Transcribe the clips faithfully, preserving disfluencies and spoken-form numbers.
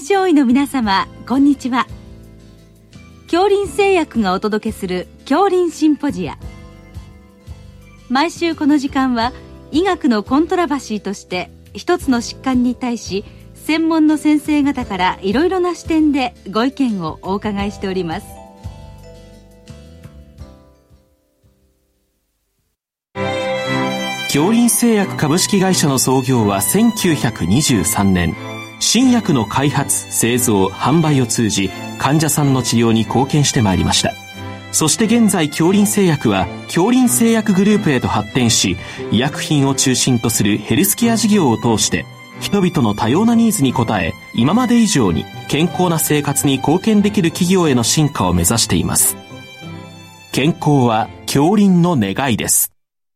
医の皆様、こんにちは。杏林製薬がお届けする杏林シンポジア。毎週この時間は医学のコントラバシーとして一つの疾患に対し専門の先生方からいろいろな視点でご意見をお伺いしております。 杏林製薬株式会社の創業はせんきゅうひゃくにじゅうさんねん。新薬の開発、製造、販売を通じ患者さんの治療に貢献してまいりました。そして現在杏林製薬は杏林製薬グループへと発展し、医薬品を中心とするヘルスケア事業を通して人々の多様なニーズに応え、今まで以上に健康な生活に貢献できる企業への進化を目指しています。健康は杏林の願いです。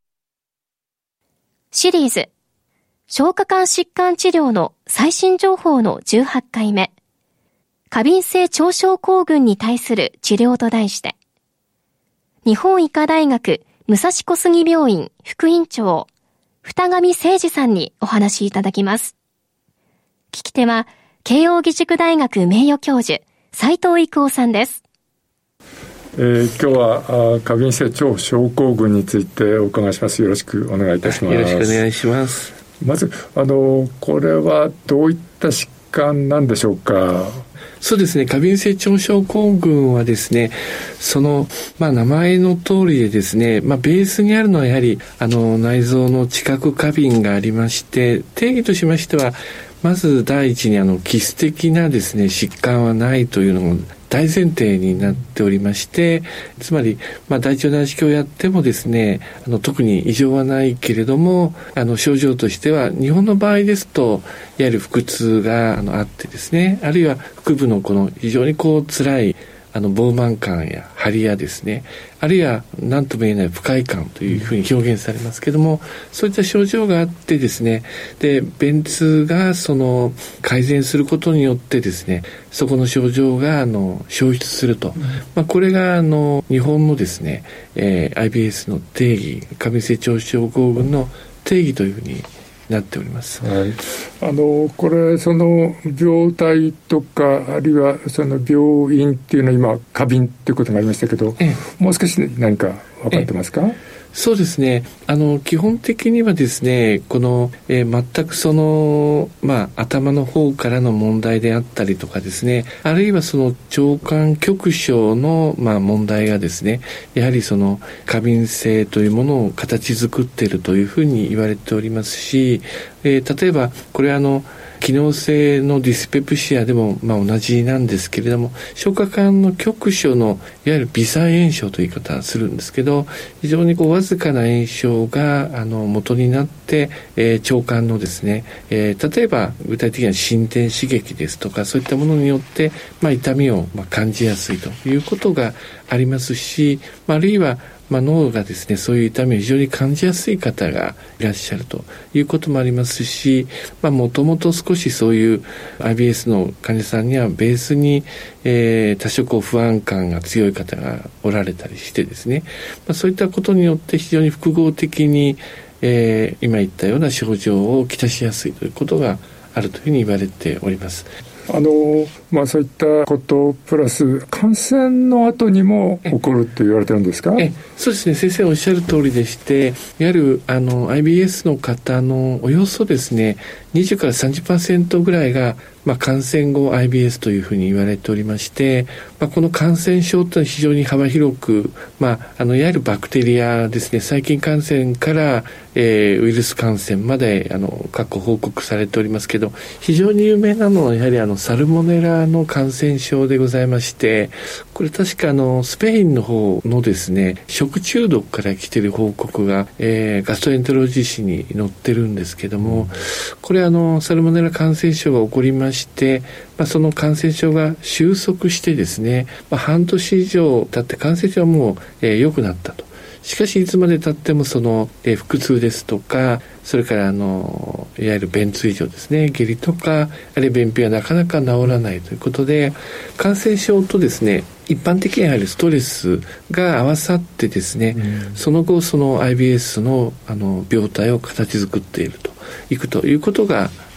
シリーズ消化管疾患治療の最新情報のじゅうはちかいめ、過敏性腸症候群に対する治療と題して、日本医科大学武蔵小杉病院副院長二上誠二さんにお話しいただきます。聞き手は慶應義塾大学名誉教授斉藤育夫さんです。 えー、今日は過敏性腸症候群についてお伺いします。よろしくお願いいたします。 よろしくお願いします。 まずあのこれはどういった疾患なんでしょうか。 そうですね、過敏性腸症候群はですね、その、まあ、名前の通りでですね、まあ、ベースにあるのはやはりあの内臓の知覚過敏がありまして、定義としましてはまず第一にあの基礎的なですね疾患はないというのも大前提になっておりまして、つまり、まあ、大腸内視鏡をやってもですね、あの特に異常はないけれども、あの症状としては日本の場合ですといわゆる腹痛があのあってですね、あるいは腹部のこの非常にこう辛いあの膨満感や張りやですね、あるいは何とも言えない不快感というふうに表現されますけども、そういった症状があってですね、で便通がその改善することによってですね、そこの症状があの消失すると、うん、まあ、これがあの日本のですね、えー、アイビーエス の定義、過敏性腸症候群の定義というふうになっております。 はい、あのこれその病態とかあるいはその病因っていうのは今過敏ということがありましたけど、ええ、もう少し何か分かってますか。 そうですね、あの基本的にはですね、この、えー、全くその、まあ、頭の方からの問題であったりとかですね、あるいはその腸管局所の、まあ、問題がですね、やはりその過敏性というものを形作っているというふうに言われておりますし、えー、例えばこれはあの機能性のディスペプシアでもまあ同じなんですけれども、消化管の局所のいわゆる微細炎症という言い方をするんですけど、非常にこうわずかな炎症があの元になって、えー、腸管のですね、えー、例えば具体的には心電刺激ですとかそういったものによって、まあ、痛みをまあ感じやすいということがありますし、まあ、あるいはまあ、脳がですね、そういう痛みを非常に感じやすい方がいらっしゃるということもありますし、もともと少しそういう アイビーエス の患者さんにはベースに、えー、多少こう不安感が強い方がおられたりしてですね、まあ、そういったことによって非常に複合的に、えー、今言ったような症状をきたしやすいということがあるというふうに言われております。 あのまあ、そういったことプラス感染の後にも起こると言われてるんですか。 えそうですね、先生おっしゃる通りでして、いわゆるあの アイビーエス の方のおよそですねにじゅうからさんじゅっパーセント ぐらいが、まあ、感染後 アイビーエス というふうに言われておりまして、まあ、この感染症というのは非常に幅広く、まあ、あのいわゆるバクテリアですね、細菌感染から、えー、ウイルス感染まであの過去報告されておりますけど、非常に有名なのはやはりあのサルモネラの感染症でございまして、これ確かあのスペインの方のですね食中毒から来ている報告が、えー、ガストエンテロロジー誌に載ってるんですけども、これあのサルモネラ感染症が起こりまして、まあ、その感染症が収束してですね、まあ、半年以上経って感染症はもう、えー、良くなったと。しかしいつまで経ってもその、えー、腹痛ですとか、それからあのいわゆる便通異常ですね、下痢とかあるいは便秘はなかなか治らないということで、感染症とですね一般的にやはりストレスが合わさってですね、うん、その後その アイビーエス の, あの病態を形作っているといくということが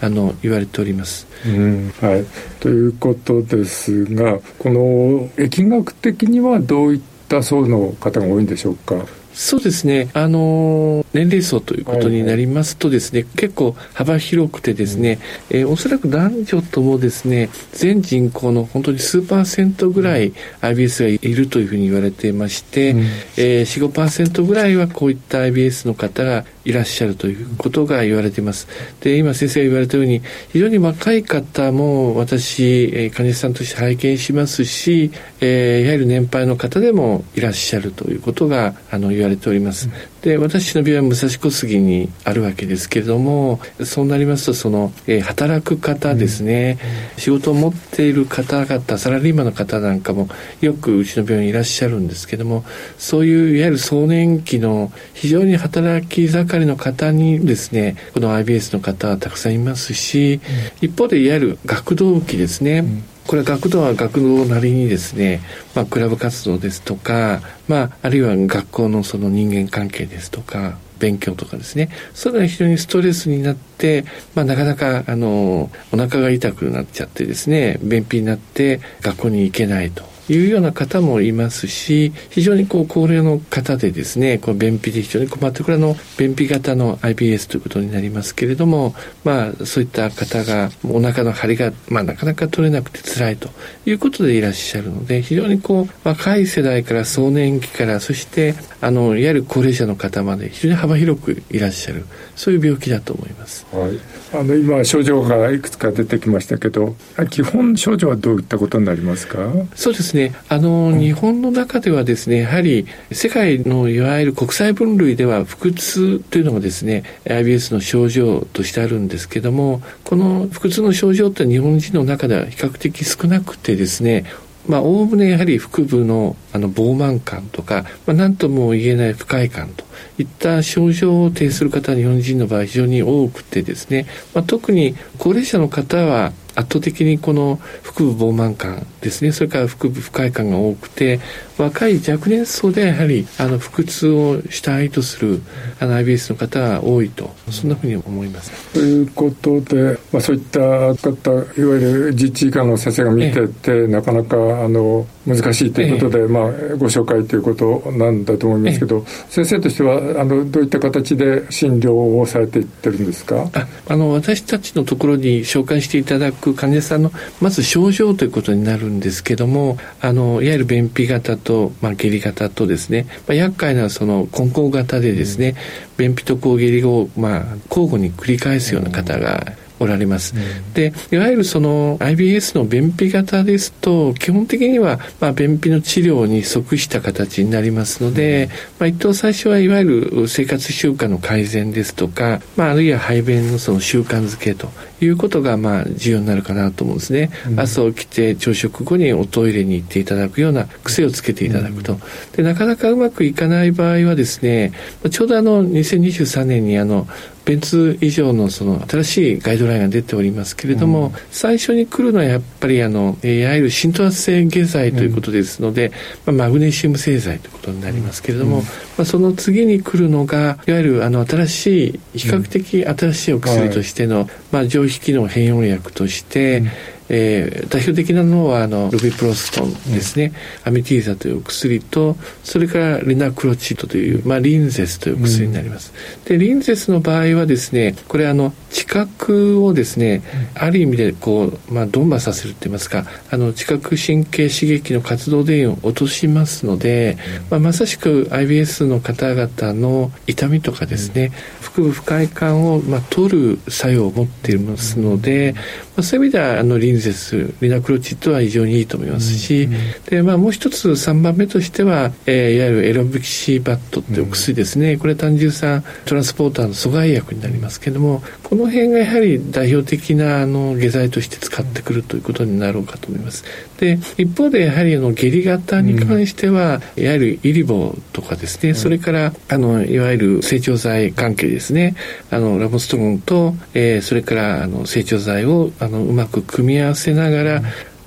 あの言われております。 うん、はい、ということですが、この疫学的にはどういった層の方が多いんでしょうか？ そうですね、あの年齢層ということになりますとですね、はいはい、結構幅広くてですね、うんえー、おそらく男女ともですね、全人口の本当に数パーセントぐらい アイビーエス がいるというふうに言われていまして、うんえー、よん、ごパーセント ぐらいはこういった アイビーエス の方がいらっしゃるということが言われています。で、今先生が言われたように、非常に若い方も私、えー、患者さんとして拝見しますし、えー、やはり年配の方でもいらっしゃるということがあの言われております。で、私の病院は武蔵小杉にあるわけですけれども、そうなりますとその、えー、働く方ですね、うん、仕事を持っている方々、サラリーマンの方なんかもよくうちの病院にいらっしゃるんですけども、そういういわゆる壮年期の非常に働き盛りの方にですね、この アイビーエス の方はたくさんいますし、うん、一方でいわゆる学童期ですね、うんこれ学童は学童なりにですね、まあ、クラブ活動ですとか、まあ、あるいは学校のその人間関係ですとか、勉強とかですね、それが非常にストレスになって、まあ、なかなかあのお腹が痛くなっちゃってですね、便秘になって学校に行けないというような方もいますし、非常にこう高齢の方でですね、こう便秘で非常に困って、これはの便秘型の アイビーエス ということになりますけれども、まあそういった方がお腹の張りが、まあ、なかなか取れなくて辛いということでいらっしゃるので、非常にこう若い世代から壮年期から、そしてあのいわゆる高齢者の方まで非常に幅広くいらっしゃる、そういう病気だと思います。 はい、あの今症状がいくつか出てきましたけど、基本症状はどういったことになりますか？ そうですね、あの、うん、日本の中ではですね、やはり世界のいわゆる国際分類では腹痛というのがですね アイビーエス の症状としてあるんですけども、この腹痛の症状って日本人の中では比較的少なくてですね、まあ、おおむねやはり腹部のあの膨満感とか、まあ、何とも言えない不快感といった症状を呈する方は日本人の場合非常に多くてですね、まあ、特に高齢者の方は圧倒的にこの腹部膨満感ですね、それから腹部不快感が多くて、若い若年層でやはりあの腹痛を主体とするあの アイビーエス の方が多いと、そんなふうに思います。 ということで、まあ、そういった方、いわゆる自治医科の先生が見ててなかなかあの難しいということで、まあ、ご紹介ということなんだと思いますけど、先生としてはあのどういった形で診療をされていってるんですか？ ああの私たちのところに紹介していただく患者さんのまず症状ということになるんですけども、あのいわゆる便秘型と、まあ、下痢型とですね、まあ、厄介なその混合型でですね、うん、便秘とこう下痢を、まあ、交互に繰り返すような方がおられます、うん、でいわゆるその アイビーエス の便秘型ですと基本的には、まあ、便秘の治療に即した形になりますので、うんまあ、一等最初はいわゆる生活習慣の改善ですとか、まあ、あるいは排便のその習慣づけということがまあ重要になるかなと思うんですね、うん、朝起きて朝食後におトイレに行っていただくような癖をつけていただくと、うん、でなかなかうまくいかない場合はですね、ちょうどあのにせんにじゅうさんねんにあの便通以上のその新しいガイドラインが出ておりますけれども、うん、最初に来るのはやっぱりあのいわゆる浸透圧性下剤ということですので、うんまあ、マグネシウム製剤ということになりますけれども、うんまあ、その次に来るのがいわゆるあの新しい比較的新しいお薬としての、うんまあ、上皮機能変容薬として、うんえー、代表的なのはあのロビプロストンですね、うん、アミティーザというお薬と、それからリナクロチッドという、まあ、リンゼスというお薬になります、うん、でリンゼスの場合はですね、これあの知覚をですね、うん、ある意味でこう、まあ、鈍麻させるって言いますか、あの知覚神経刺激の活動電源を落としますので、うんまあ、まさしく アイビーエス の方々の痛みとかですね、うん、腹部不快感を、まあ、取る作用を持っていますので、うんまあ、そういう意味ではあのリンゼス、リナクロチッドは非常にいいと思いますし、うんうんでまあ、もう一つさんばんめとしては、えー、いわゆるエロビキシバットっていうお薬ですね、うん、これ単純酸トランスポーターの阻害薬になりますけれども、この辺がやはり代表的なあの下剤として使ってくるということになろうかと思います。で一方でやはりあの下痢型に関しては、うん、いわゆるイリボとかですね、うん、それからあのいわゆる整腸剤関係ですね、あのラボストロンと、えー、それからあの整腸剤をあのうまく組み合わせながら、うん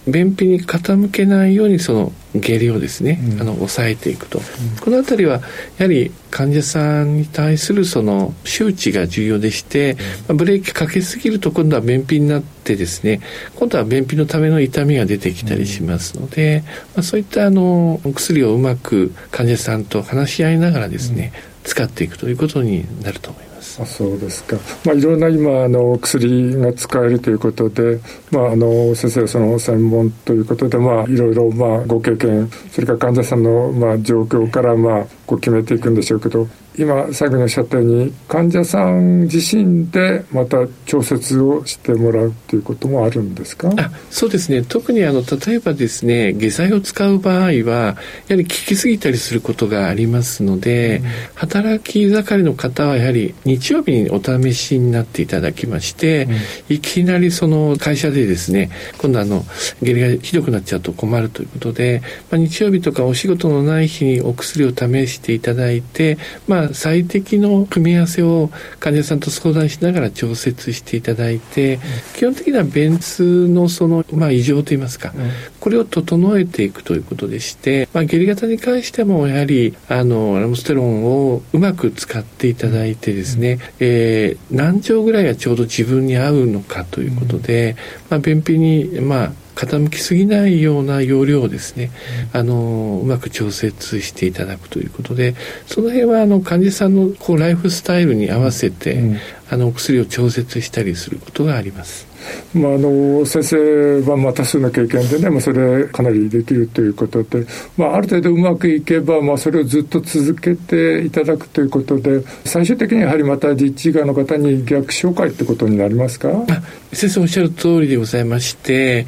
便秘に傾けないようにその下痢をですね、うん、あの抑えていくと、うん、このあたりはやはり患者さんに対するその周知が重要でして、うんまあ、ブレーキかけすぎると今度は便秘になってですね、今度は便秘のための痛みが出てきたりしますので、うんまあ、そういったあのお薬をうまく患者さんと話し合いながらですね、うん、使っていくということになると思います。 あそうですか、まあ、いろんな今あの薬が使えるということで、まあ、あの先生はその専門ということで、まあ、いろいろまあご経験、それから患者さんのまあ状況からまあこう決めていくんでしょうけど、今最後におっしゃったように患者さん自身でまた調節をしてもらうということもあるんですか？ あそうですね、特にあの例えばですね、下剤を使う場合はやはり効きすぎたりすることがありますので、うん、働き盛りの方はやはり日曜日にお試しになっていただきまして、うん、いきなりその会社でですね、今度あの下痢がひどくなっちゃうと困るということで、まあ、日曜日とかお仕事のない日にお薬を試していただいて、まあ最適の組み合わせを患者さんと相談しながら調節していただいて、うん、基本的な便通のその、まあ、異常といいますか、うん、これを整えていくということでして、まあ、下痢型に関してもやはりあのラモステロンをうまく使っていただいてですね、うんえー、何錠ぐらいがちょうど自分に合うのかということで、うんまあ、便秘にまあ傾きすぎないような容量をですね、うん、あのうまく調節していただくということで、その辺はあの患者さんのこうライフスタイルに合わせて、うん、あの薬を調節したりすることがあります。 まあ、あの先生はまあ多数の経験でね、まあ、それかなりできるということで、まあ、ある程度うまくいけば、まあ、それをずっと続けていただくということで、最終的にやはりまた実地医科の方に逆紹介ってことになりますか？ あ先生おっしゃる通りでございまして、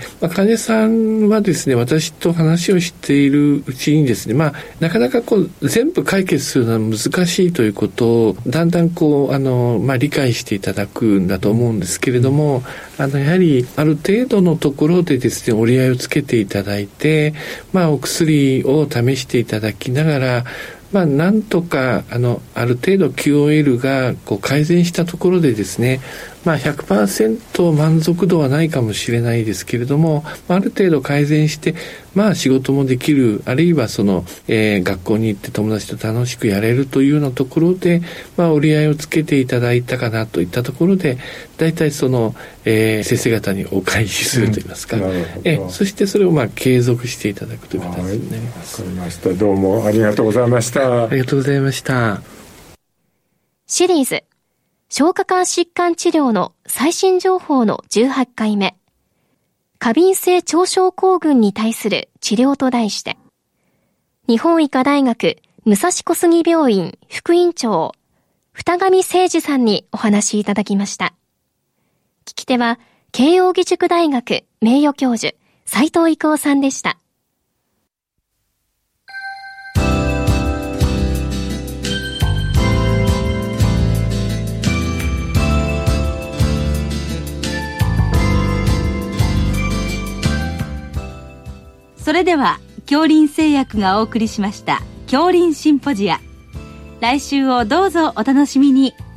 まあ、患者さんはですね、私と話をしているうちにですね、まあ、なかなかこう全部解決するのは難しいということをだんだんこうあの、まあ、理解していただくんだと思うんですけれども、あのやはりある程度のところでですね折り合いをつけていただいて、まあ、お薬を試していただきながら、まあ、なんとかあのある程度 キューオーエル がこう改善したところでですね、まあ、ひゃくパーセント 満足度はないかもしれないですけれども、ある程度改善して、まあ、仕事もできる、あるいはその、えー、学校に行って友達と楽しくやれるというようなところで、まあ、折り合いをつけていただいたかなといったところで、大体その、えー、先生方にお返しするといいますか、うん、えそしてそれをまあ継続していただくという形になります。 わかりました。どうもありがとうございました。 ありがとうございました。 シリーズ消化管疾患治療の最新情報のじゅうはちかいめ、過敏性腸症候群に対する治療と題して、日本医科大学武蔵小杉病院副院長二上誠二さんにお話しいただきました。聞き手は慶應義塾大学名誉教授斉藤育夫さんでした。 それでは杏林製薬がお送りしました杏林シンポジア、来週をどうぞお楽しみに。